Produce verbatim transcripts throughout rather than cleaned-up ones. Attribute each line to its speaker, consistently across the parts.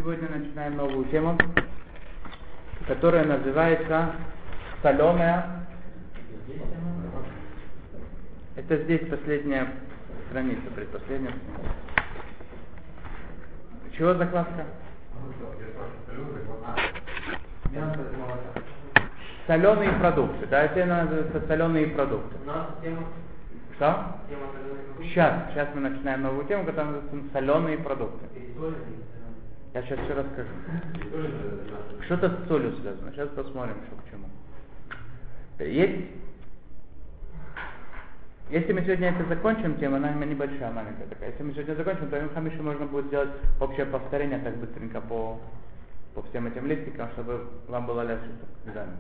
Speaker 1: сегодня начинаем новую тему, которая называется соленая. Это здесь последняя страница, предпоследняя. Чего закладка? Соленые продукты, да, это называется соленые продукты. Что? Сейчас, сейчас мы начинаем новую тему, которая называется соленые продукты. Я сейчас все расскажу. Что-то с солью связано. Сейчас посмотрим, что к чему. Есть. Если мы сегодня это закончим, тема, она небольшая, маленькая такая. Если мы сегодня закончим, то в Хамише можно будет сделать общее повторение так быстренько по, по всем этим листикам, чтобы вам было легче к экзамену.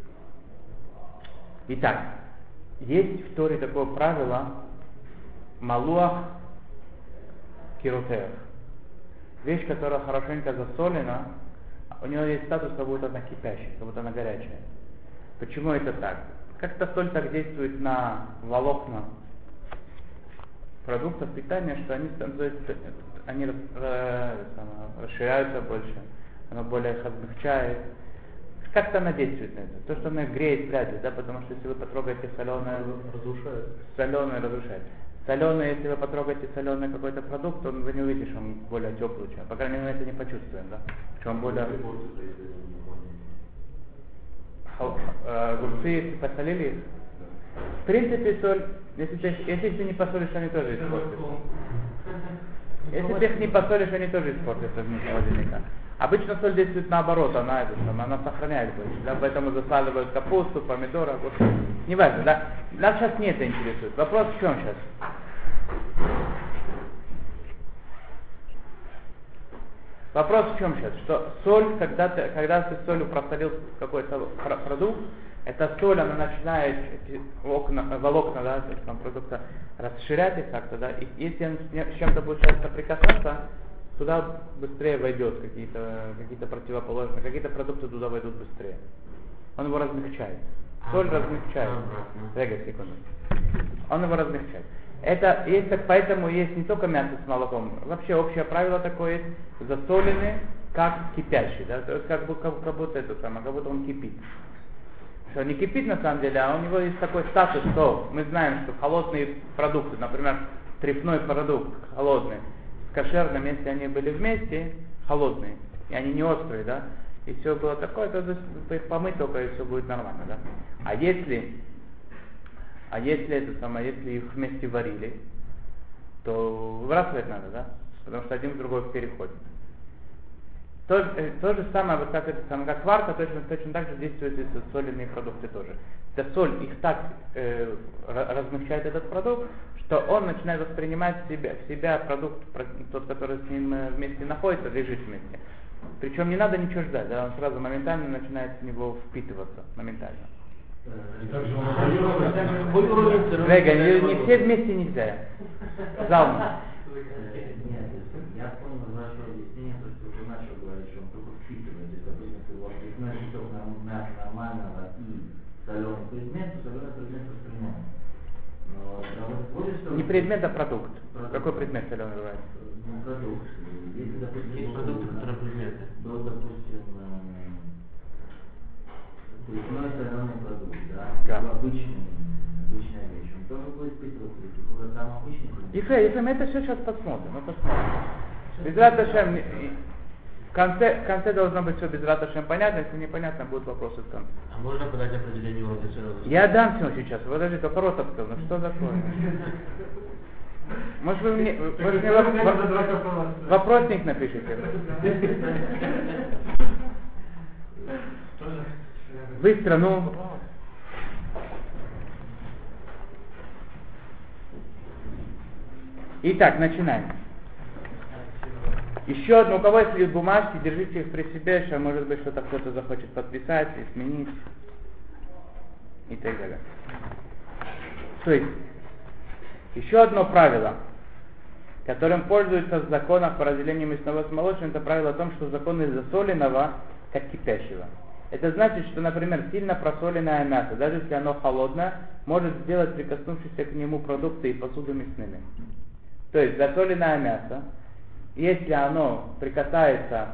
Speaker 1: Итак, есть в Торе такое правило малуах кирутех. Вещь, которая хорошенько засолена, у нее есть статус, как будто она кипящая, как будто она горячая. Почему это так? Как-то соль так действует на волокна продуктов питания, что они становятся, они расширяются больше, она более их размягчает. Как-то она действует на это. То, что она греет, вряд ли, да, потому что если вы потрогаете соленое, разрушает. Соленое разрушает. Соленое, если вы потрогаете соленый какой-то продукт, он, вы не увидите, что он более теплый, чем. По крайней мере, это не почувствуем, да? Что он более... Огурцы, если посолили их. В принципе, соль, если ты, если ты не посолишь, они тоже испортятся. Если ты их не посолишь, они тоже испортятся внутри холодильника. Обычно соль действует наоборот, она, это, она сохраняет больше, да, поэтому засаливают капусту, помидоры, огурцы. Неважно, да. Нас сейчас не это интересует. Вопрос в чем сейчас? Вопрос в чем сейчас? Что соль, когда ты, когда ты солью просолил какой-то продукт, эта соль, она начинает эти волокна, волокна, да, там, продукта расширять их как-то, да, и если он с чем-то будет сейчас соприкасаться, туда быстрее войдет какие-то, какие-то противоположные, какие-то продукты туда войдут быстрее. Он его размягчает. Соль а, размягчает. Рега, секунду. Он его размягчает. Это есть, так, поэтому есть не только мясо с молоком. Вообще общее правило такое есть: засоленный, как кипящий. Да? То есть как, как, как будто это самое, как будто он кипит. Что не кипит на самом деле, а у него есть такой статус, что мы знаем, что холодные продукты, например, трефной продукт холодный, с кошерным, если они были вместе, холодные, и они не острые, да, и все было такое, то их помыть только, и все будет нормально, да. А если, а если это самое, если их вместе варили, то выбрасывать надо, да, потому что один в другой переходит. То, э, то же самое, вот как, это, самое, как варка, точно, точно так же действуют и соленые продукты тоже. Эта соль их так э, размягчает этот продукт, что он начинает воспринимать в себя, в себя продукт, тот, который с ним вместе находится, лежит вместе. Причем не надо ничего ждать, да, он сразу моментально начинает в него впитываться, моментально. Рега, не, не все вместе нельзя. Залма.
Speaker 2: Я понял ваше объяснение, то, что вы начали говорить, что он только впитывает. То есть, допустим, если у вас есть кусок мяса нормального и соленый предмет, то соленый предмет воспринимает.
Speaker 1: Не предмет, а продукт. продукт. Какой предмет соленый бывает?
Speaker 2: Ну, продукт. Если, допустим,
Speaker 3: есть
Speaker 2: был,
Speaker 3: продукты, которые предметы.
Speaker 2: Был, допустим, трефной соленый продукт, да?
Speaker 1: Да.
Speaker 2: Обычный, обычная вещь. Он тоже будет впитываться, если куда там обычный предмет.
Speaker 1: Ефе, Ефе, мы это все сейчас посмотрим, мы посмотрим. Безрат Ашем, в конце, в конце должно быть все Безрат Ашем понятно, если непонятно, будут вопросы в конце.
Speaker 3: А можно подать определение уровня соленого?
Speaker 1: Я дам все сейчас, подожди, только рот открыл, ну что такое? Может вы мне, может мне вопрос, вопросник напишите? Быстро, ну. Итак, начинаем. Еще одно, у кого есть бумажки, держите их при себе, сейчас может быть что-то кто-то захочет подписать, изменить и так далее. То есть, еще одно правило, которым пользуются в законах по разделению мясного с молочным, это правило о том, что законы засоленного, как кипящего. Это значит, что, например, сильно просоленное мясо, даже если оно холодное, может сделать прикоснувшиеся к нему продукты и посуду мясными. То есть засоленное мясо, если оно прикасается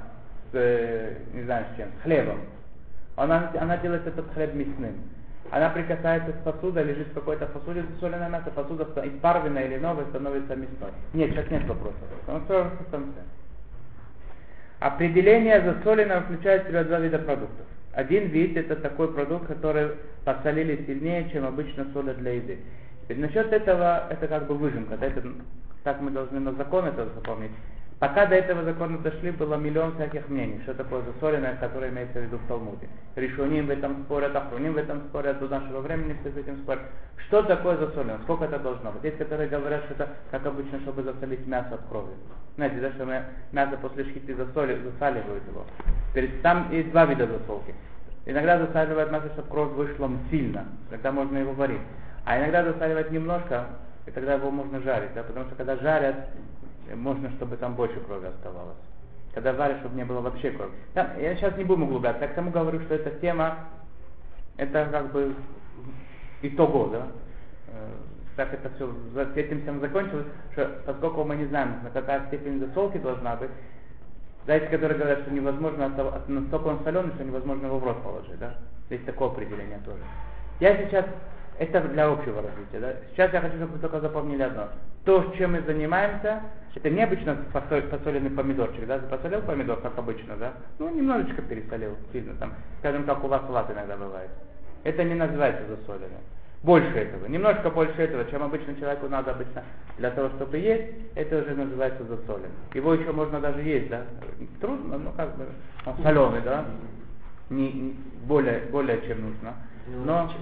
Speaker 1: э, не знаю с чем, с хлебом. Она, она делает этот хлеб мясным. Она прикасается с посудой, лежит в какой-то посуде засоленное мясо, посуда испарвенная или новая становится мясной. Нет, сейчас нет вопросов. Он все в конце. Определение засоленного включает в себя два вида продуктов. Один вид это такой продукт, который посолили сильнее, чем обычно солят для еды. Теперь насчет этого, это как бы выжимка. Да, это, так мы должны на закон это запомнить. Пока до этого закона дошли, было миллион всяких мнений, что такое засоленное, которое имеется в виду в Талмуде. Решоним в этом спорят, Ахроним в этом спорят, до нашего времени все с этим спорят. Что такое засоленное? Сколько это должно быть? Есть, которые говорят, что это, как обычно, чтобы засолить мясо от крови. Знаете, да, что мясо после шхиты засоли, засаливают его. Теперь там есть два вида засолки. Иногда засаливают мясо, чтобы кровь вышла сильно, тогда можно его варить. А иногда засаливать немножко, и тогда его можно жарить, да, потому что когда жарят, можно, чтобы там больше крови оставалось. Когда варишь, чтобы не было вообще крови. Там, я сейчас не буду углубляться, я к тому говорю, что эта тема, это как бы итого, да. Так это все, с этим всем закончилось, что поскольку мы не знаем, на какая степень засолки должна быть, да, есть, которые говорят, что невозможно, настолько он соленый, что невозможно его в рот положить, да. Есть такое определение тоже. Я сейчас, это для общего развития, да. Сейчас я хочу, чтобы вы только запомнили одно. То, чем мы занимаемся, это необычно посоленный помидорчик, да, посолил помидор, как обычно, да, ну, немножечко пересолил, сильно там, скажем, как у вас салат иногда бывает. Это не называется засоленным. Больше этого, немножко больше этого, чем обычно человеку надо обычно для того, чтобы есть, это уже называется засоленным. Его еще можно даже есть, да, трудно, ну, как бы, он соленый, да, не, не, более, более чем нужно. Но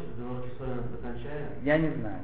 Speaker 1: я не знаю.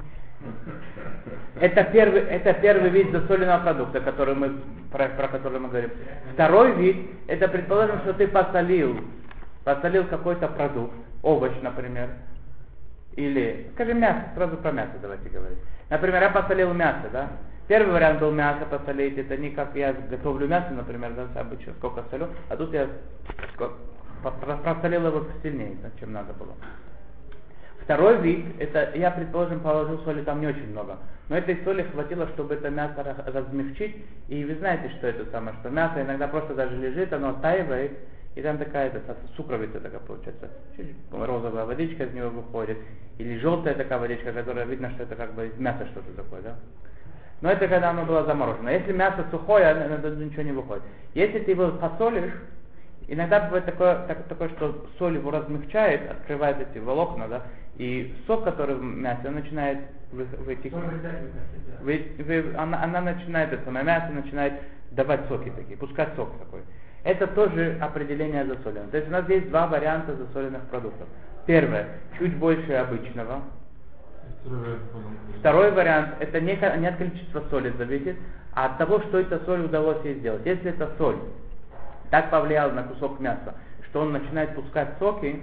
Speaker 1: Это первый, это первый вид засоленного продукта, который мы, про, про который мы говорим. Второй вид, это предположим, что ты посолил, посолил какой-то продукт, овощ, например, или, скажем, мясо, сразу про мясо давайте говорить. Например, я посолил мясо, да. Первый вариант был мясо посолить, это не как я готовлю мясо, например, да, обычно сколько солю, а тут я просолил его сильнее, да, чем надо было. Второй вид, это я, предположим, положил соли там не очень много, но этой соли хватило, чтобы это мясо размягчить, и вы знаете, что это самое, что мясо иногда просто даже лежит, оно оттаивает, и там такая это, сукровица такая получается, чуть розовая водичка из него выходит, или желтая такая водичка, которая видно, что это как бы из мяса что-то такое, да? Но это когда оно было заморожено. Если мясо сухое, оно, ничего не выходит. Если ты его посолишь, иногда бывает такое, так, такое, что соль его размягчает, открывает эти волокна, да, и сок, который в мясе, он начинает вытекать. Вы, вы, она, она начинает, это самое мясо начинает давать соки такие, пускать сок такой. Это тоже определение засоленного. То есть у нас есть два варианта засоленных продуктов. Первое, чуть больше обычного. Второй вариант, это не, не от количества соли зависит, а от того, что эта соль удалось ей сделать. Если эта соль так повлияла на кусок мяса, что он начинает пускать соки,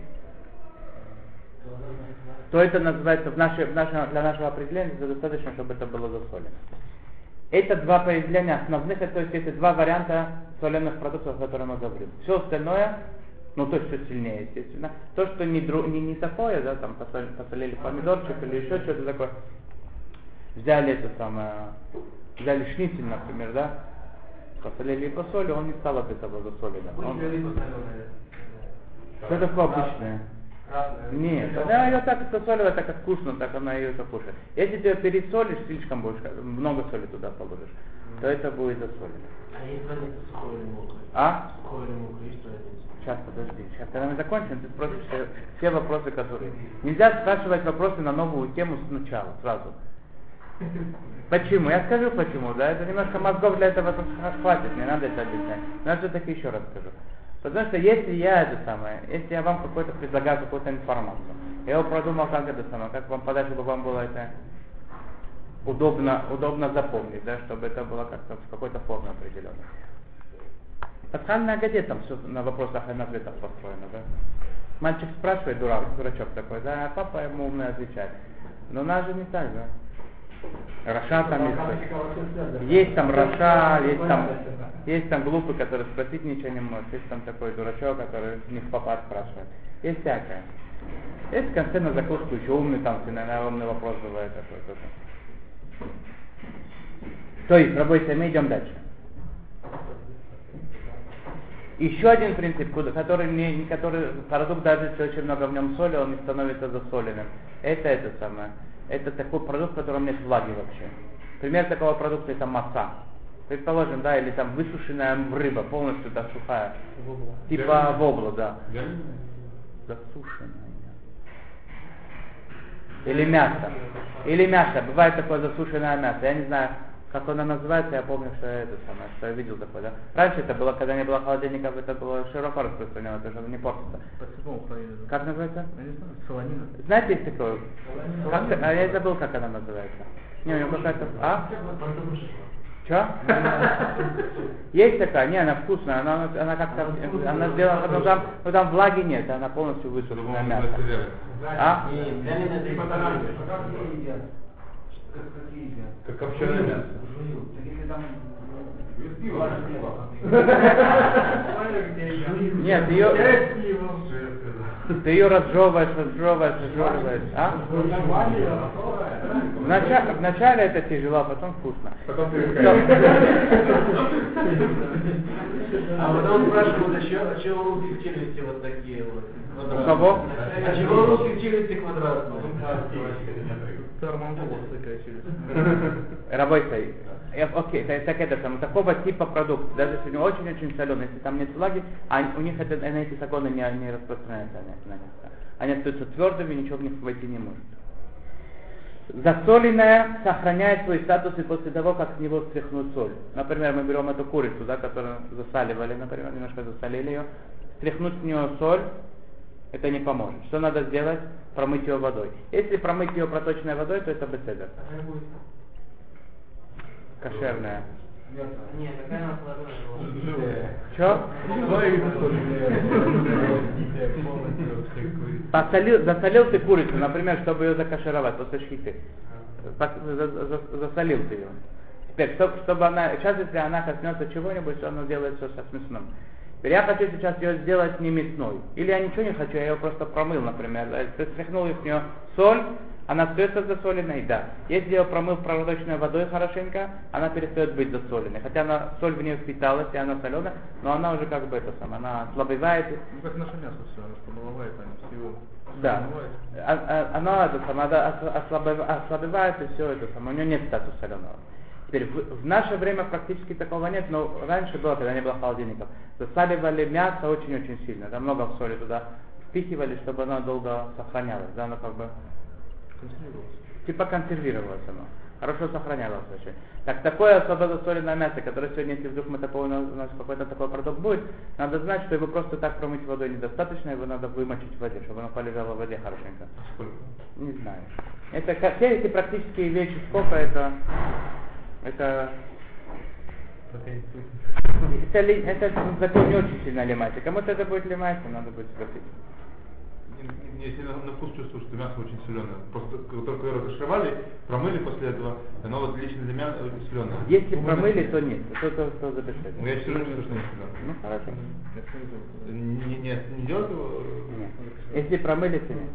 Speaker 1: то это называется, в наше, в наше, для нашего определения, достаточно, чтобы это было засолено. Это два определения основных, то есть это два варианта соленых продуктов, о которых мы говорим. Все остальное, ну то, что сильнее, естественно. То, что не, не, не такое, да, там посолили, посолили помидорчик или еще что-то такое. Взяли это самое, взяли шницель, например, да, посолили и посоли, он не стал от этого засоленным. Он... Что такое обычное? Нет, она ее так засоливает, так как вкусно, так она ее закушает. Если ты ее пересолишь слишком больше, много соли туда положишь, то это будет засолено.
Speaker 3: А есть разница сухой или мокрый?
Speaker 1: А?
Speaker 3: Сухой или мокрый, есть разница?
Speaker 1: Сейчас, подожди, сейчас, когда мы закончим, ты спросишь все, все вопросы, которые... Нельзя спрашивать вопросы на новую тему сначала, сразу. Почему? Я скажу почему, да, это немножко мозгов для этого хватит, не надо это объяснять. Но я все-таки еще раз скажу. Потому что если я это самое, если я вам какой-то предлагаю какую-то информацию, я его продумал, как это самое, как вам подать, чтобы вам было это удобно, удобно запомнить, да, чтобы это было как-то в какой-то форме определенной. Пасхальная Агаде там все на вопросах и на ответах построено, да. Мальчик спрашивает, дурак, дурачок такой, да, а папа ему умно отвечает. Но у нас же не так, да. Раша там есть. Есть там Раша, есть там, есть там глупый, который спросить ничего не может, есть там такой дурачок, который не в попад спрашивает. Есть всякое. Есть в конце на закуску еще умный там, наверное, умный вопрос бывает такой тоже. То есть, пробуйте, мы идем дальше. Еще один принцип, который, не, который продукт, даже если очень много в нем соли, он не становится засоленным. Это это самое. Это такой продукт, в котором нет влаги вообще. Пример такого продукта это маца. Предположим, да, или там высушенная рыба, полностью да, сухая.
Speaker 3: Вобла.
Speaker 1: Типа вобла, да.
Speaker 4: Вяленая?
Speaker 1: Засушенная. Или мясо. Или мясо. Бывает такое засушенное мясо. Я не знаю, как оно называется, я помню, что это самое, что я видел такое, да. Раньше это было, когда не было холодильников, это было широко распространено, потому что оно не портится.
Speaker 3: По-цепному хранили.
Speaker 1: Как называется?
Speaker 3: Я не знаю, солонина.
Speaker 1: Знаете, есть такое? Как, а я забыл, как она называется. Не, у него какая-то... А? Че? Есть такая? Не, она вкусная, она, она как-то, она сделана, но там, но там влаги нет, она полностью высушенная мясо. А?
Speaker 4: Как копченое мясо.
Speaker 1: Нет, ее, ты ее разжевываешь, разжевываешь, разжевываешь, а? Вначале, вначале это тяжело, а потом вкусно.
Speaker 4: Потом ты
Speaker 3: А потом спрашивают, а чего, а чего у русских челюсти вот такие вот?
Speaker 1: У кого?
Speaker 3: А чего у русских челюсти квадратные? Тармангова такая челюсть.
Speaker 1: Работай. Окей, так, так это самое, такого типа продукт, даже если он очень-очень соленый, если там нет влаги, а у них это, на эти законы не, не распространяются на них. Они остаются твердыми, ничего в них войти не может. Засоленное сохраняет свой статус и после того, как с него стряхнут соль. Например, мы берем эту курицу, да, которую засаливали, например, немножко засолили ее, стряхнуть с нее соль, это не поможет. Что надо сделать? Промыть ее водой. Если промыть ее проточной водой, то это беседер. Кошерная.
Speaker 3: Нет, какая она сложная.
Speaker 1: Че? Посолил, засолил ты курицу, например, чтобы ее закашировать, после шхиты. Засолил ты ее. Теперь, чтобы, чтобы она, сейчас если она коснется чего-нибудь, то она делает все со мясным. Теперь я хочу сейчас ее сделать не мясной. Или я ничего не хочу, я ее просто промыл, например. Ты стряхнул из нее соль, она остается засоленной, да. Если я ее промыл проточной водой хорошенько, она перестает быть засоленной. Хотя она, соль в нее впиталась, и она соленая, но она уже как бы это самое, она ослабевает.
Speaker 3: Ну как наше мясо все, оно побывает, оно всего.
Speaker 1: Да. А, а, она это самое, ослабевает, ослабевает и все это самое. У нее нет статуса соленого. Теперь в, в наше время практически такого нет, но раньше было, когда не было холодильников. Засаливали мясо очень-очень сильно. Там много соли туда впихивали, чтобы оно долго сохранялось. Да, оно как бы
Speaker 3: Консервировалось.
Speaker 1: типа консервировалось оно. Хорошо сохранялось очень. Так, такое особо засоленное мясо, которое сегодня, если вдруг мы такое, у нас, у нас какой-то такой продукт будет, надо знать, что его просто так промыть водой недостаточно, его надо вымочить в воде, чтобы оно полежало в воде хорошенько.
Speaker 4: Сколько?
Speaker 1: Не знаю. Это как, все эти практические вещи, сколько это, это, это, ли- это закон не очень сильно лимайте. Кому-то это будет лимайте, надо будет спросить.
Speaker 4: Если на, на вкус чувствую, что мясо очень соленое, просто только его разошивали, промыли после этого, оно вот лично для меня соленое.
Speaker 1: Если
Speaker 4: Ну,
Speaker 1: промыли,
Speaker 4: это-
Speaker 1: то нет. То, то, то запишите.
Speaker 4: Ну я все равно чувствую, что не соленое.
Speaker 1: Ну хорошо.
Speaker 4: Не, не, не делать его?
Speaker 1: Нет. Если промыли, то нет.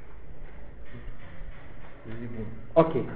Speaker 1: Окей.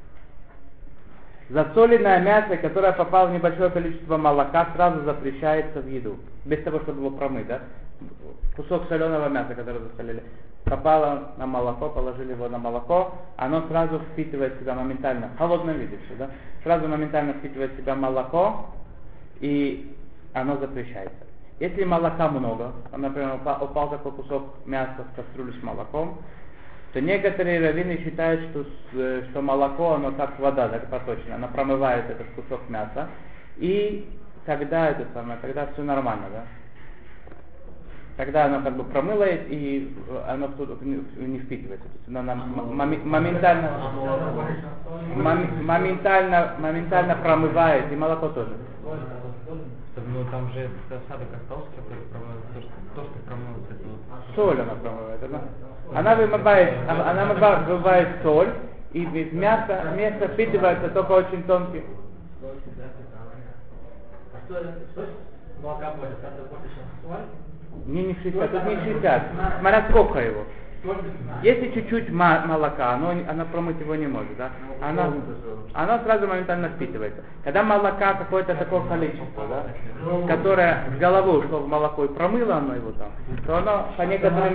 Speaker 1: Засоленное мясо, которое попало в небольшое количество молока, сразу запрещается в еду. Без того, чтобы его промыть, да? Кусок соленого мяса, которое засолили, попало на молоко, положили его на молоко, оно сразу впитывает в себя моментально, в холодном виде все, да? Сразу моментально впитывает в себя молоко, и оно запрещается. Если молока много, например, упал, упал такой кусок мяса в кастрюлю с молоком, то некоторые раввины считают, что, что молоко, оно как вода, так проточно, оно промывает этот кусок мяса, и тогда это самое, тогда все нормально, да? Тогда оно как бы промыло, и оно тут не впитывается. То есть оно мом- моментально, мом- моментально, моментально промывает, и молоко тоже.
Speaker 5: Ну там же осадок остался, который промыл, то, что, то, что промылось, это вот...
Speaker 1: Соль она промывает. Она, она вымывает, она вымывает, вымывает соль, и в мясо, мясо впитывается только очень тонкий.
Speaker 3: А что, что молока будет? Как-то больше, чем сваль?
Speaker 1: Не, не шестьдесят, тут не шестьдесят. Смотря сколько его. Если чуть-чуть ма- молока, оно, оно промыть его не может, да? Оно, оно сразу моментально впитывается. Когда молока какое-то такое количество, да, которое в голову ушло в молоко и промыло оно его там, то оно по некоторым...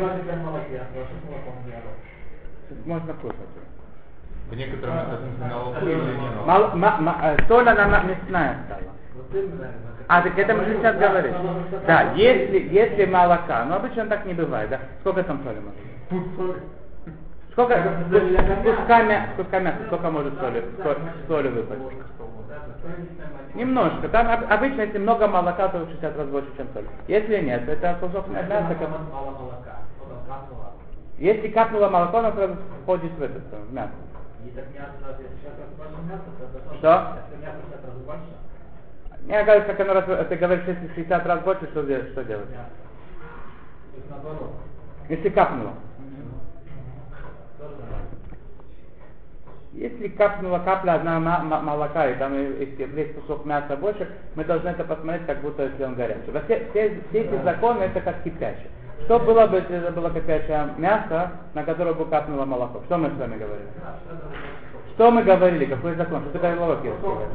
Speaker 1: Можно кушать.
Speaker 4: По некоторым это смысле на луку или не на
Speaker 1: Мал-
Speaker 4: луку?
Speaker 1: ма- ма- э, соль она ма- мясная стала. А, так это мы сейчас говорим. Да, если, если молока, но обычно так не бывает, да? Сколько там соли может быть? Сколько кус- куска, мя- куска мяса, сколько может соли, соль, соли выпасть? Немножко. Там об- обычно, если много молока, то в шестьдесят раз больше, чем соль. Если нет, то это кусок мяса. Как... Если капнуло молоко, оно сразу входит в этот, в мясо. Что? Мне кажется, как оно раз, ты говоришь, если в шестьдесят раз больше, что, делать- что делать? Если капнуло. Если капнула капля одна м- м- молока, и там и- и весь кусок мяса больше, мы должны это посмотреть, как будто если он горячий. Все, все, все эти законы это как кипящее. Что было бы, если это было кипящее мясо, на которое бы капнуло молоко? Что мы с вами говорили? Что мы говорили? Какой закон? Что такое молоко?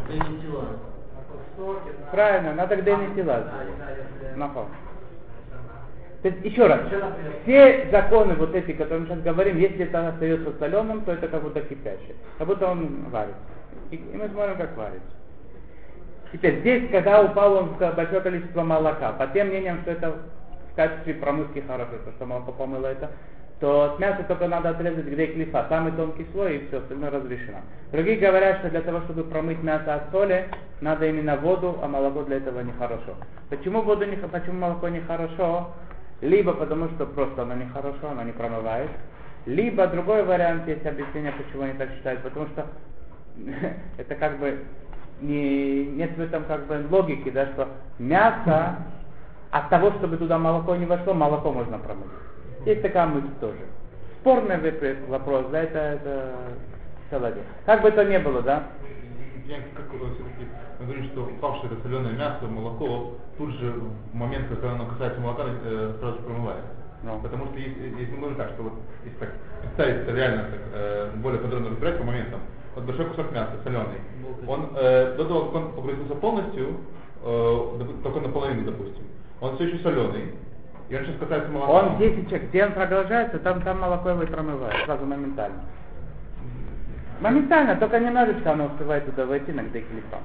Speaker 1: Правильно, надо к дейнетила. Нахуй. То есть, еще раз, все законы вот эти, которые мы сейчас говорим, если это остается соленым, то это как будто кипящее. Как будто он варится. И, и мы смотрим, как варится. Теперь, здесь, когда упало он большое количество молока, по тем мнениям, что это в качестве промывки хорошо, то, что молоко помыло это, то с мяса только надо отрезать где клифа, самый тонкий слой, и все, остальное разрешено. Другие говорят, что для того, чтобы промыть мясо от соли, надо именно воду, а молоко для этого нехорошо. Почему воду не, почему молоко нехорошо? Либо потому, что просто оно нехорошо, оно не промывает. Либо другой вариант, есть объяснение, почему они так считают, потому что это как бы не, нет в этом как бы логики, да, что мясо от того, чтобы туда молоко не вошло, молоко можно промыть. Есть такая мысль тоже. Спорный вопрос, да, это, это целое дело. Как бы то ни было, да?
Speaker 4: Я как все-таки мы говорим, что упавшее это соленое мясо, молоко, тут же в момент, когда оно касается молока, э, сразу промывается.
Speaker 1: No.
Speaker 4: Потому что если, если мы говорим так, что вот если так представить это реально так, э, более подробно разбирать по моментам, вот большой кусок мяса соленый, он э, до того, как он погрузился полностью, э, только наполовину, допустим, он все еще соленый. И он сейчас касается молока.
Speaker 1: Он здесь, где он продолжается, там, там молоко его и промывает, сразу моментально. Моментально, только немножечко оно успевает туда войти, иногда и клипа.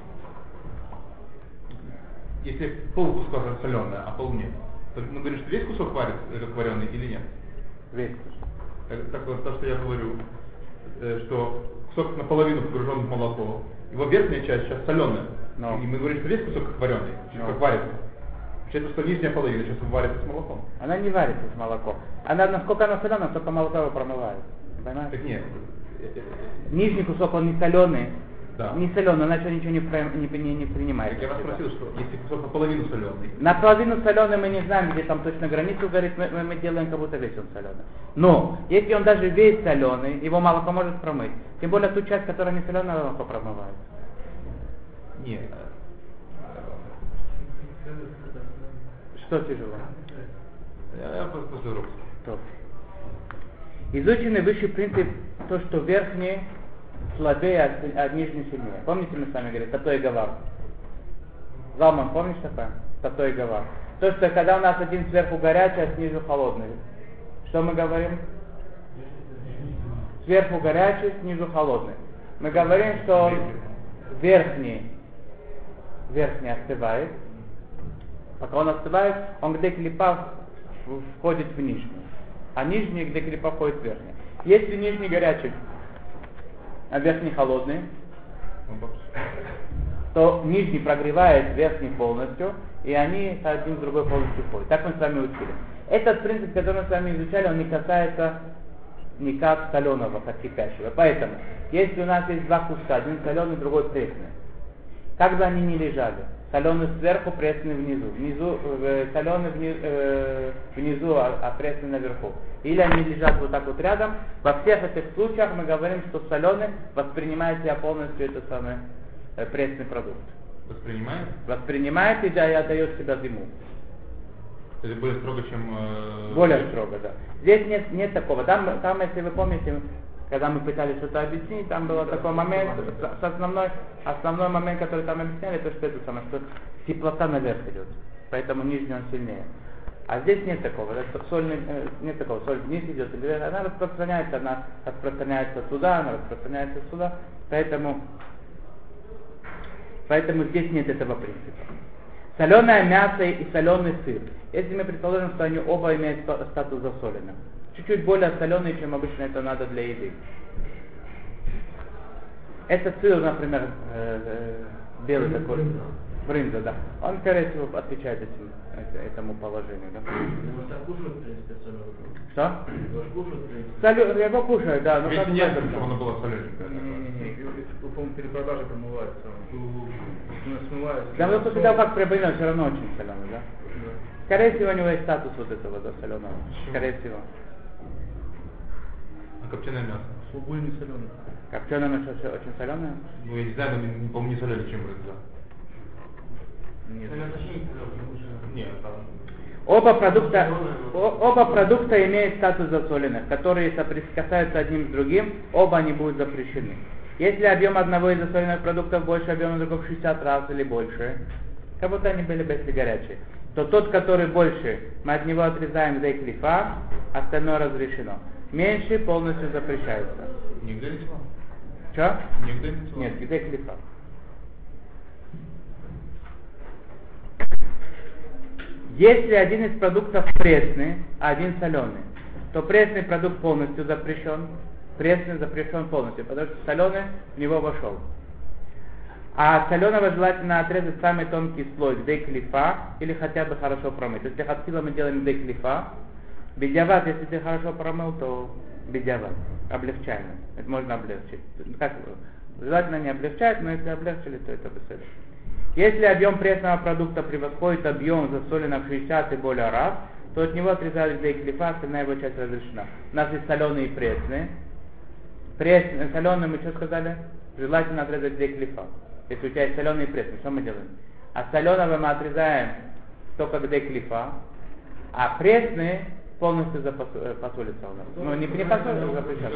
Speaker 4: Если пол куска соленое, а пол нет, то мы говорим, что весь кусок варит, как вареный или нет?
Speaker 1: Весь кусок.
Speaker 4: Так, так вот, то, что я говорю, э, что кусок наполовину погружен в молоко, его верхняя часть сейчас соленая.
Speaker 1: No.
Speaker 4: И мы говорим, что весь кусок как вареный,
Speaker 1: No.
Speaker 4: как варится. Это что нижняя половина сейчас варится с молоком.
Speaker 1: Она не варится с молоком. Она, насколько она соленая, столько молока его промывает. Понимаешь?
Speaker 4: Так нет.
Speaker 1: Нижний кусок, он не соленый.
Speaker 4: Да.
Speaker 1: Не соленый, иначе он ничего не, при- не, не, не принимает.
Speaker 4: Так я вас спросил, что если кусок наполовину соленый.
Speaker 1: Наполовину соленый мы не знаем, где там точно границу горит, мы, мы, мы делаем, как будто весь он соленый. Но, если он даже весь соленый, его молоко может промыть. Тем более ту часть, которая не соленая, молоко промывает.
Speaker 4: Нет.
Speaker 1: Что тяжело?
Speaker 4: Я, я просто после урока.
Speaker 1: Топ. Изученный высший принцип, то, что верхний слабее, а, а нижний сильнее. Помните, мы с вами говорили, тато и гавар? Залман, помнишь такое? Тато и гавар. То, что когда у нас один сверху горячий, а снизу холодный. Что мы говорим? Сверху горячий, снизу холодный. Мы говорим, что верхний, верхний остывает. Пока он остывает, он где клипа входит в нижний. А нижний, где клипа входит в верхний. Если нижний горячий, а верхний холодный, то нижний прогревает верхний полностью, и они один с другой полностью входят. Так мы с вами учили. Этот принцип, который мы с вами изучали, он не касается никак соленого, как кипящего. Поэтому, если у нас есть два куска, один соленый, другой пресный, как бы они ни лежали, соленый сверху, пресный внизу, внизу э, соленый вниз, э, внизу, а, а пресный наверху, или они лежат вот так вот рядом, во всех этих случаях мы говорим, что соленый воспринимает себя полностью этот самый э, пресный продукт.
Speaker 4: Воспринимает?
Speaker 1: Воспринимает и да, и отдает себя ему.
Speaker 4: Это более строго, чем... Э,
Speaker 1: Более строго, да. Здесь нет, нет такого. Там, там, если вы помните, когда мы пытались что-то объяснить, там был такой момент, с- с основной, основной момент, который там объясняли, то что это самое, что теплота наверх идет, поэтому нижний он сильнее. А здесь нет такого, да, сольный, э, нет такого, соль вниз идет, или она распространяется, она распространяется туда, она распространяется сюда, поэтому, поэтому здесь нет этого принципа. Соленое мясо и соленый сыр. Если мы предположим, что они оба имеют ста- статус засоленных, чуть-чуть более соленые, чем обычно это надо для еды. Это сыр, например, э, э, белый такой, брынза, да. Он, скорее всего, отвечает этим, это- этому положению, да.
Speaker 3: Потому что кушают, в принципе, соленый.
Speaker 1: Что?
Speaker 3: Его ж кушают, в принципе.
Speaker 1: Солю... Я его кушаю, да, но
Speaker 4: Вместе
Speaker 1: как
Speaker 4: нет,
Speaker 1: бы-
Speaker 4: чтобы оно было солененькое.
Speaker 3: Не-не-не, по-моему, перед продажей промывается. Ну, смывается.
Speaker 1: Да, но после того, как приобрели, все равно очень соленый, да.
Speaker 3: Да.
Speaker 1: Скорее всего, у него есть статус вот этого, да, соленого. Скорее всего.
Speaker 4: А копченое мясо?
Speaker 3: Более не соленый.
Speaker 1: Копченое мясо всё очень соленое.
Speaker 4: Ну, я не знаю, но, по-моему, не соленее, чем брынза.
Speaker 3: Нет.
Speaker 4: Нет, там...
Speaker 1: Оба продукта, о- оба продукта имеют статус засоленных, которые соприкасаются одним с другим, оба они будут запрещены. Если объем одного из засоленных продуктов больше объема другого в шестьдесят раз или больше, как будто они были бы если горячие, то тот, который больше, мы от него отрезаем зей клифа, остальное разрешено. Меньше полностью запрещается.
Speaker 4: Нигде не тела?
Speaker 1: Что?
Speaker 4: Нигде не тела?
Speaker 1: Нет, зей клифа. Если один из продуктов пресный, а один соленый, то пресный продукт полностью запрещен, пресный запрещен полностью, потому что соленый в него вошел. А от соленого желательно отрезать самый тонкий слой дейклифа или хотя бы хорошо промыть. То есть для хатхила мы делаем дейклифа. Бедяват, если ты хорошо промыл, то бедяват. Облегчаем. Это можно облегчить. Как, желательно не облегчать, но если облегчили, то это беседа. Если объем пресного продукта превосходит объем засоленного в шестьдесят и более раз, то от него отрезают дейклифа, остальная его часть разрешена. У нас есть соленые и пресные. Пресные, соленые мы что сказали? Желательно отрезать дейклифа. Если у тебя есть соленый и пресный, что мы делаем? От соленого мы отрезаем только к дейклифа, а пресный полностью запосолится у нас. Ну, не, не посолится, а запрещается.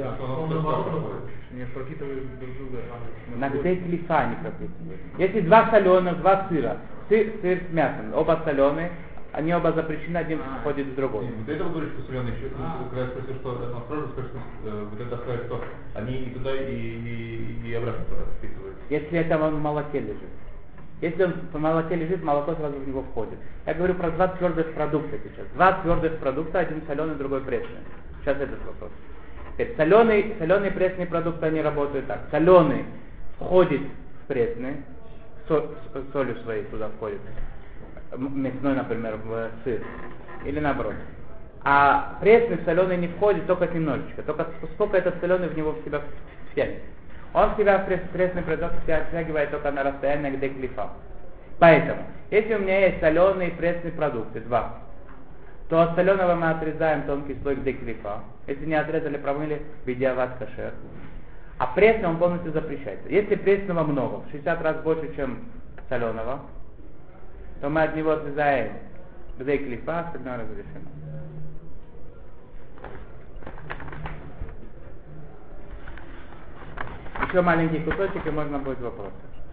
Speaker 3: Не пропитывают друг друга.
Speaker 1: На дейклифа не пропитывают. Если два соленых, два сыра, сыр, сыр с мясом, оба соленые, они оба запрещены, один входит в другой.
Speaker 4: Вот это вы говорите, что соленые еще, когда я спросил, что это сразу скажешь, что э, вот это сказать, что они и туда, и, и, и обратно впитывают.
Speaker 1: Если это он в молоке лежит. Если он в молоке лежит, молоко сразу в него входит. Я говорю про два твердых продукта сейчас. Два твердых продукта, один соленый, другой пресный. Сейчас этот вопрос. Теперь, соленый, соленый и пресный продукты, они работают так. Соленый входит в пресный, со, с солью своей туда входит. Мясной, например, в сыр. Или наоборот. А пресный в соленый не входит, только немножечко. Только сколько этот соленый в него в себя втянет. Он в себя пресс, пресный продукт втягивает только на расстояние к дейклифа. Поэтому, если у меня есть соленые и пресные продукты, два, то от соленого мы отрезаем тонкий слой к дейклифа. Если не отрезали, промыли, бедиават кашер. А пресный он полностью запрещается. Если пресного много, в шестьдесят раз больше, чем соленого, то мы от него отрезаем к дейклифа, остальное разрешено. Еще маленький кусочек, и можно будет вопрос.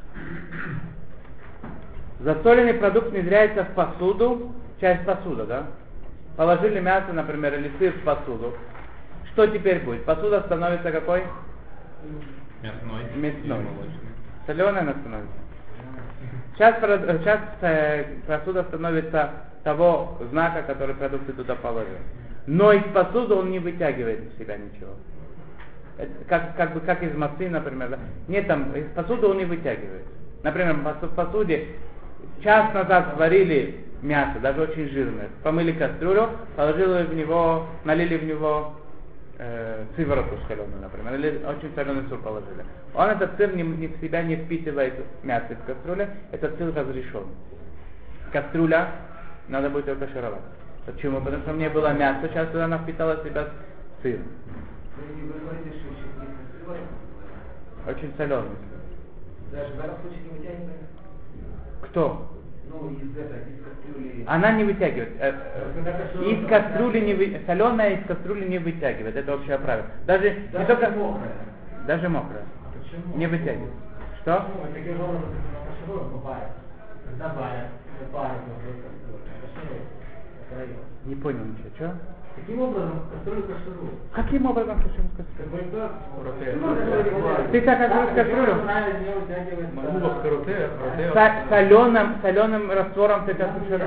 Speaker 1: Засоленный продукт внедряется в посуду, часть посуда, да? Положили мясо, например, или сыр в посуду. Что теперь будет? Посуда становится какой?
Speaker 4: Мясной.
Speaker 1: Мясной. Соленая она становится. Сейчас, сейчас э, посуда становится того знака, который продукты туда положил. Но из посуды он не вытягивает из себя ничего. Это как, как бы как из мацы, например. Да? Нет, там из посуды он не вытягивает. Например, в посуде час назад сварили мясо, даже очень жирное, помыли кастрюлю, положили в него, налили в него э, сыворотку соленую, например, или очень соленый сыр положили. Он этот сыр не, не в себя не впитывает мясо из кастрюли, этот сыр разрешен. Кастрюля надо будет ее кашировать. Почему? Потому что у меня было мясо, сейчас туда она впитала в себя сыр.
Speaker 3: Вы говорите, что если сыворотка,
Speaker 1: Очень соленый.
Speaker 3: даже в этом случае не вытягивает?
Speaker 1: Кто?
Speaker 3: ну, из этой, из кастрюли.
Speaker 1: Она не вытягивает. Э,
Speaker 3: Когда кастрюля
Speaker 1: Из кастрюли не вы... соленая из кастрюли не вытягивает. Это общее правило. Даже, не
Speaker 3: Даже
Speaker 1: только...
Speaker 3: мокрая.
Speaker 1: Даже мокрая.
Speaker 3: А почему?
Speaker 1: Не вытягивает. Что?
Speaker 3: Почему? И таким образом, на кашеру варят. Когда варят, варят в кастрюле. На кашеру. Втроем.
Speaker 1: Не понял ничего. Что?
Speaker 3: Таким образом, кастрюлю кашеру.
Speaker 1: Каким образом почему с кастрюлей?
Speaker 3: Как бы так.
Speaker 5: Роте.
Speaker 1: Ты так как кастрюлю?
Speaker 3: Не вытягивает.
Speaker 5: Мамулов короте, роте.
Speaker 1: Соленым, соленым раствором ты как кашеру.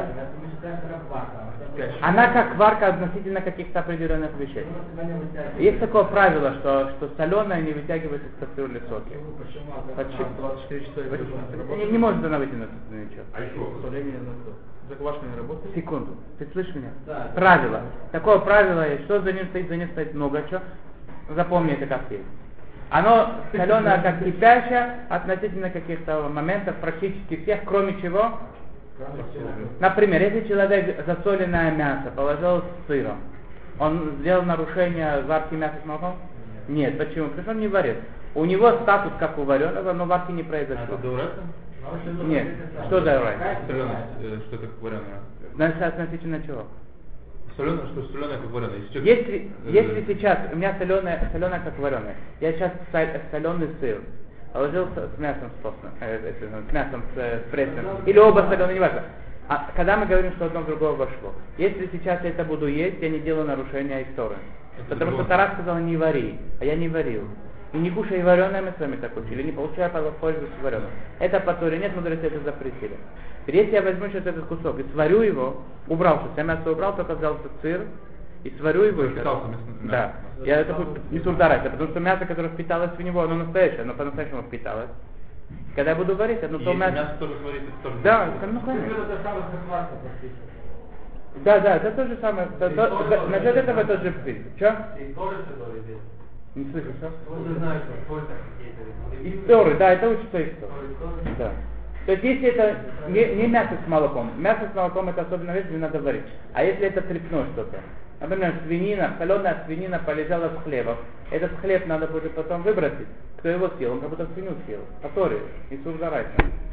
Speaker 1: Она как варка относительно каких-то определенных вещей. Есть такое правило, что, что соленая не вытягивает из кастрюли соки.
Speaker 3: Почему?
Speaker 5: двадцать четыре часа и
Speaker 1: Не, не может она вытянуть ничего.
Speaker 4: А еще?
Speaker 5: Соление на кто? Заквашка не работает?
Speaker 1: Секунду. Ты слышишь меня?
Speaker 3: Да.
Speaker 1: Правило. Такое правило есть. Что за ним стоит? За ним стоит много чего. Запомни это как есть. Оно соленое как кипящее относительно каких-то моментов, практически всех, кроме чего? Например, если человек засоленное мясо положил с сыром, он сделал нарушение варки мяса с молоком? Нет. Почему? Потому что он не варит. У него статус как у вареного, но варки не произошло.
Speaker 4: Это даурайса?
Speaker 1: Нет. Что даурайса?
Speaker 4: Соленое, э, что это как вареное?
Speaker 1: Значит, относительно чего?
Speaker 4: Соленое, что соленое как вареное. Если, человек,
Speaker 1: Если,
Speaker 4: э,
Speaker 1: если сейчас у меня соленое, соленое как вареное, я сейчас соленый сыр положил с, с мясом с, постным, э, это, с мясом с, э, с пресным, или оба соленые, неважно. А когда мы говорим, что одно в другое вошло, если сейчас я это буду есть, я не делаю нарушения истории. Потому что Тара сказала не вари, а я не варил. И не кушай вареное, мы с вами так учили, не получая пользу с вареным. Это по Торе, нет, мудрецы это запретили. Теперь если я возьму сейчас этот кусок и сварю его, убрал все, я мясо убрал, только взял этот сыр и сварю его.
Speaker 4: Впитался мясо.
Speaker 1: Да. Я это не сурдарайся, потому что мясо, которое впиталось в него, оно настоящее, оно по-настоящему впиталось. Когда я буду варить, оно
Speaker 4: И
Speaker 1: то
Speaker 4: если
Speaker 1: мясо...
Speaker 4: мясо тоже сварить, это тоже
Speaker 1: Да,
Speaker 4: будет.
Speaker 1: ну конечно.
Speaker 3: Это самое как варка практически.
Speaker 1: Да, да, это то же самое. То- то- за- Насчет этого тоже принцип. Че?
Speaker 3: И тоже что ли?
Speaker 1: Не слышу, что?
Speaker 3: Тоже знаю, что только какие-то.
Speaker 1: Истории, да, это учится история. Да. То есть если это не, не мясо с молоком, мясо с молоком это особенная вещь, где надо варить. А если это трепное что-то, например, свинина, соленая свинина полежала в хлебах, этот хлеб надо будет потом выбросить. Кто его съел? Он как будто свинью съел. Который? И сурдарайся.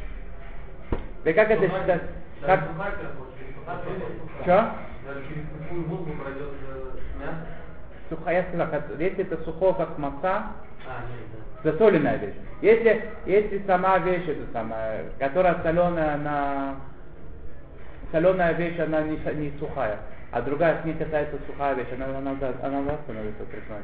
Speaker 1: Да как это считать? Как? Что?
Speaker 3: Даже через сухую музыку пройдет мясо.
Speaker 1: Сухая, я сказал, как- если это сухое, как маца,
Speaker 3: А, нет, да.
Speaker 1: засоленная вещь. Если, если сама вещь, это самая, которая соленая, она соленая вещь, она не, с- не сухая, а другая с ней касается сухая вещь, она, она, она, она, она становится трясной.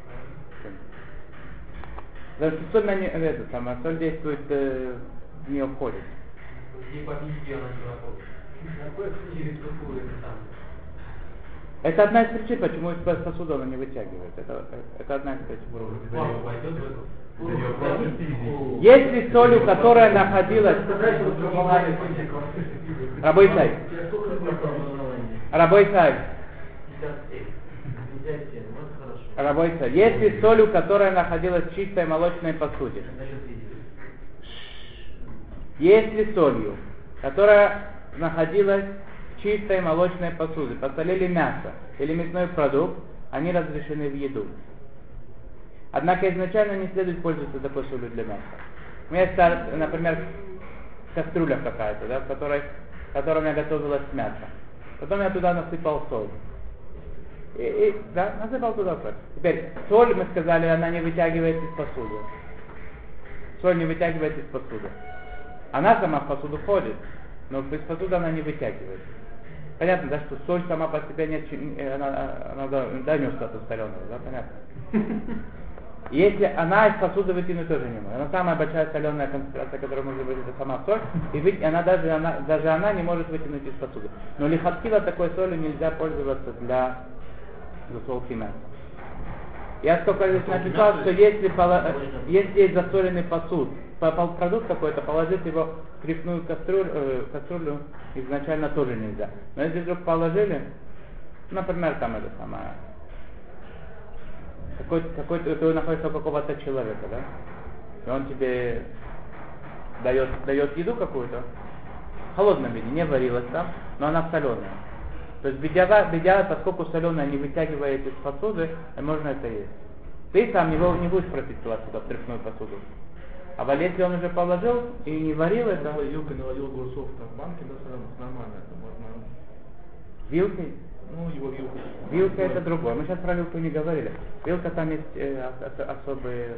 Speaker 1: Потому что соль, на не, это самое, соль действует, э, в нее входит.
Speaker 3: И по физике она не проходит. Находится через сухую это самое.
Speaker 1: Это одна из причин, почему из посуды она не вытягивает. Это, это одна из причин.
Speaker 3: Папа пойдет в эту.
Speaker 1: Если солью, которая находилась... Рабой царь. Рабой царь.
Speaker 3: пятьдесят семь. пятьдесят семь. Вот хорошо.
Speaker 1: Рабой царь. Если солью, которая находилась в чистой молочной посуде. Если солью, которая находилась в чистой молочной посуде, посолили мясо или мясной продукт, они разрешены в еду. Однако изначально не следует пользоваться такой солью для мяса. У меня есть, например, кастрюля какая-то, да, в которой, в которой у меня готовилось мясо. Потом я туда насыпал соль. И, и, да, насыпал туда соль. Теперь, соль, мы сказали, она не вытягивает из посуды. Соль не вытягивает из посуды. Она сама в посуду входит, но из посуды она не вытягивает. Понятно, да, что соль сама по себе нет, она, она, да, да, не статус соленого, да, понятно. Если она из посуды вытянуть тоже не может. Она самая большая соленая концентрация, которая может быть, это сама соль, и вы, она, даже, она, даже она не может вытянуть из посуды. Но лихатхила такой солью нельзя пользоваться для засолки мяса. Я сколько здесь написал, что если, поло, если есть засоленный посуд, продукт какой-то, положить его в тряпную кастрюлю, э, кастрюлю изначально тоже нельзя. Но если вдруг положили, например, там это самое, какой-то, какой-то, ты находишься у какого-то человека, да? И он тебе дает, дает еду какую-то, в холодном виде, не варилась там, но она соленая. То есть бедяга, бедяга, поскольку соленая не вытягивает из посуды, можно это есть. Ты сам не, не будешь прописывать туда в тряпную посуду. А вот если он уже положил и не варил это...
Speaker 4: Если вилкой наловил огурцов там, в банке, да, соленых, нормально, это можно...
Speaker 1: Вилкой?
Speaker 4: Ну, его вилкой.
Speaker 1: Вилка это другое. Мы сейчас про вилку не говорили. Вилка там есть э, ос- ос- особые,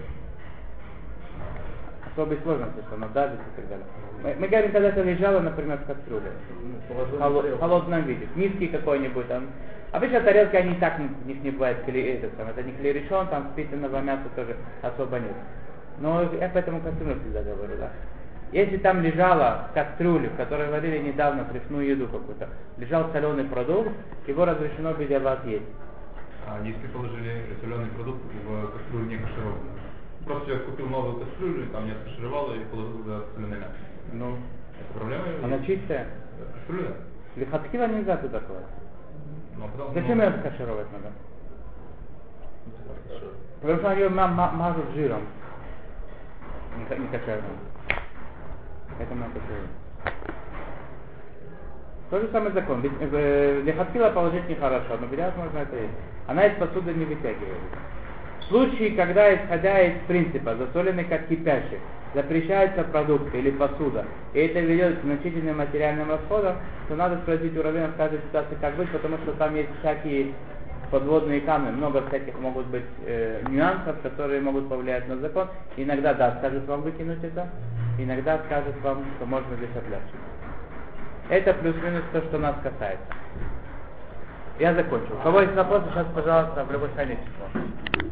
Speaker 1: особые сложности, что она давит и так далее. Мы, мы говорим, когда это лежало, например, в кастрюле.
Speaker 4: Ну, положил
Speaker 1: В
Speaker 4: на
Speaker 1: холо-
Speaker 4: тарелку.
Speaker 1: в холодном виде. Низкий какой-нибудь там. Обычно тарелки, они и так, в них не бывает клей, это, там, это не клей-решен, там впитанного мяса тоже особо нет. Но я поэтому кастрюлю всегда говорю, да. Если там лежала в кастрюле, в которой варили недавно трефную еду какую-то, лежал соленый продукт, его разрешено без вас есть.
Speaker 4: А если положили соленый продукт в кастрюлю не кашированную? Просто человек купил новую кастрюлю, там не откашировал и положил туда соленое мясо.
Speaker 1: Ну,
Speaker 4: Это проблема?
Speaker 1: она чистая.
Speaker 4: Кастрюля?
Speaker 1: Лихатхила нельзя туда класть.
Speaker 4: Ну, а потом...
Speaker 1: Зачем
Speaker 4: ну,
Speaker 1: ее кашировать надо?
Speaker 4: Хорошо.
Speaker 1: Потому что ее ма- ма- мажут жиром. Не, ка- не кошерным. Поэтому это кашируют. Тот же самый закон. Ведь, э, лихатхила положить нехорошо, но бедят можно это есть. Она из посуды не вытягивает. В случае, когда, исходя из принципа, засоленный как кипящий, запрещается продукт или посуда, и это ведет к значительным материальным расходам, то надо спросить у раввина в каждой ситуации, как быть, потому что там есть всякие подводные камни, много всяких могут быть э, нюансов, которые могут повлиять на закон. Иногда, да, скажут вам выкинуть это, иногда скажут вам, что можно здесь облегчить. Это плюс-минус то, что нас касается. Я закончил. У кого есть вопросы, сейчас, пожалуйста, в любой стране число.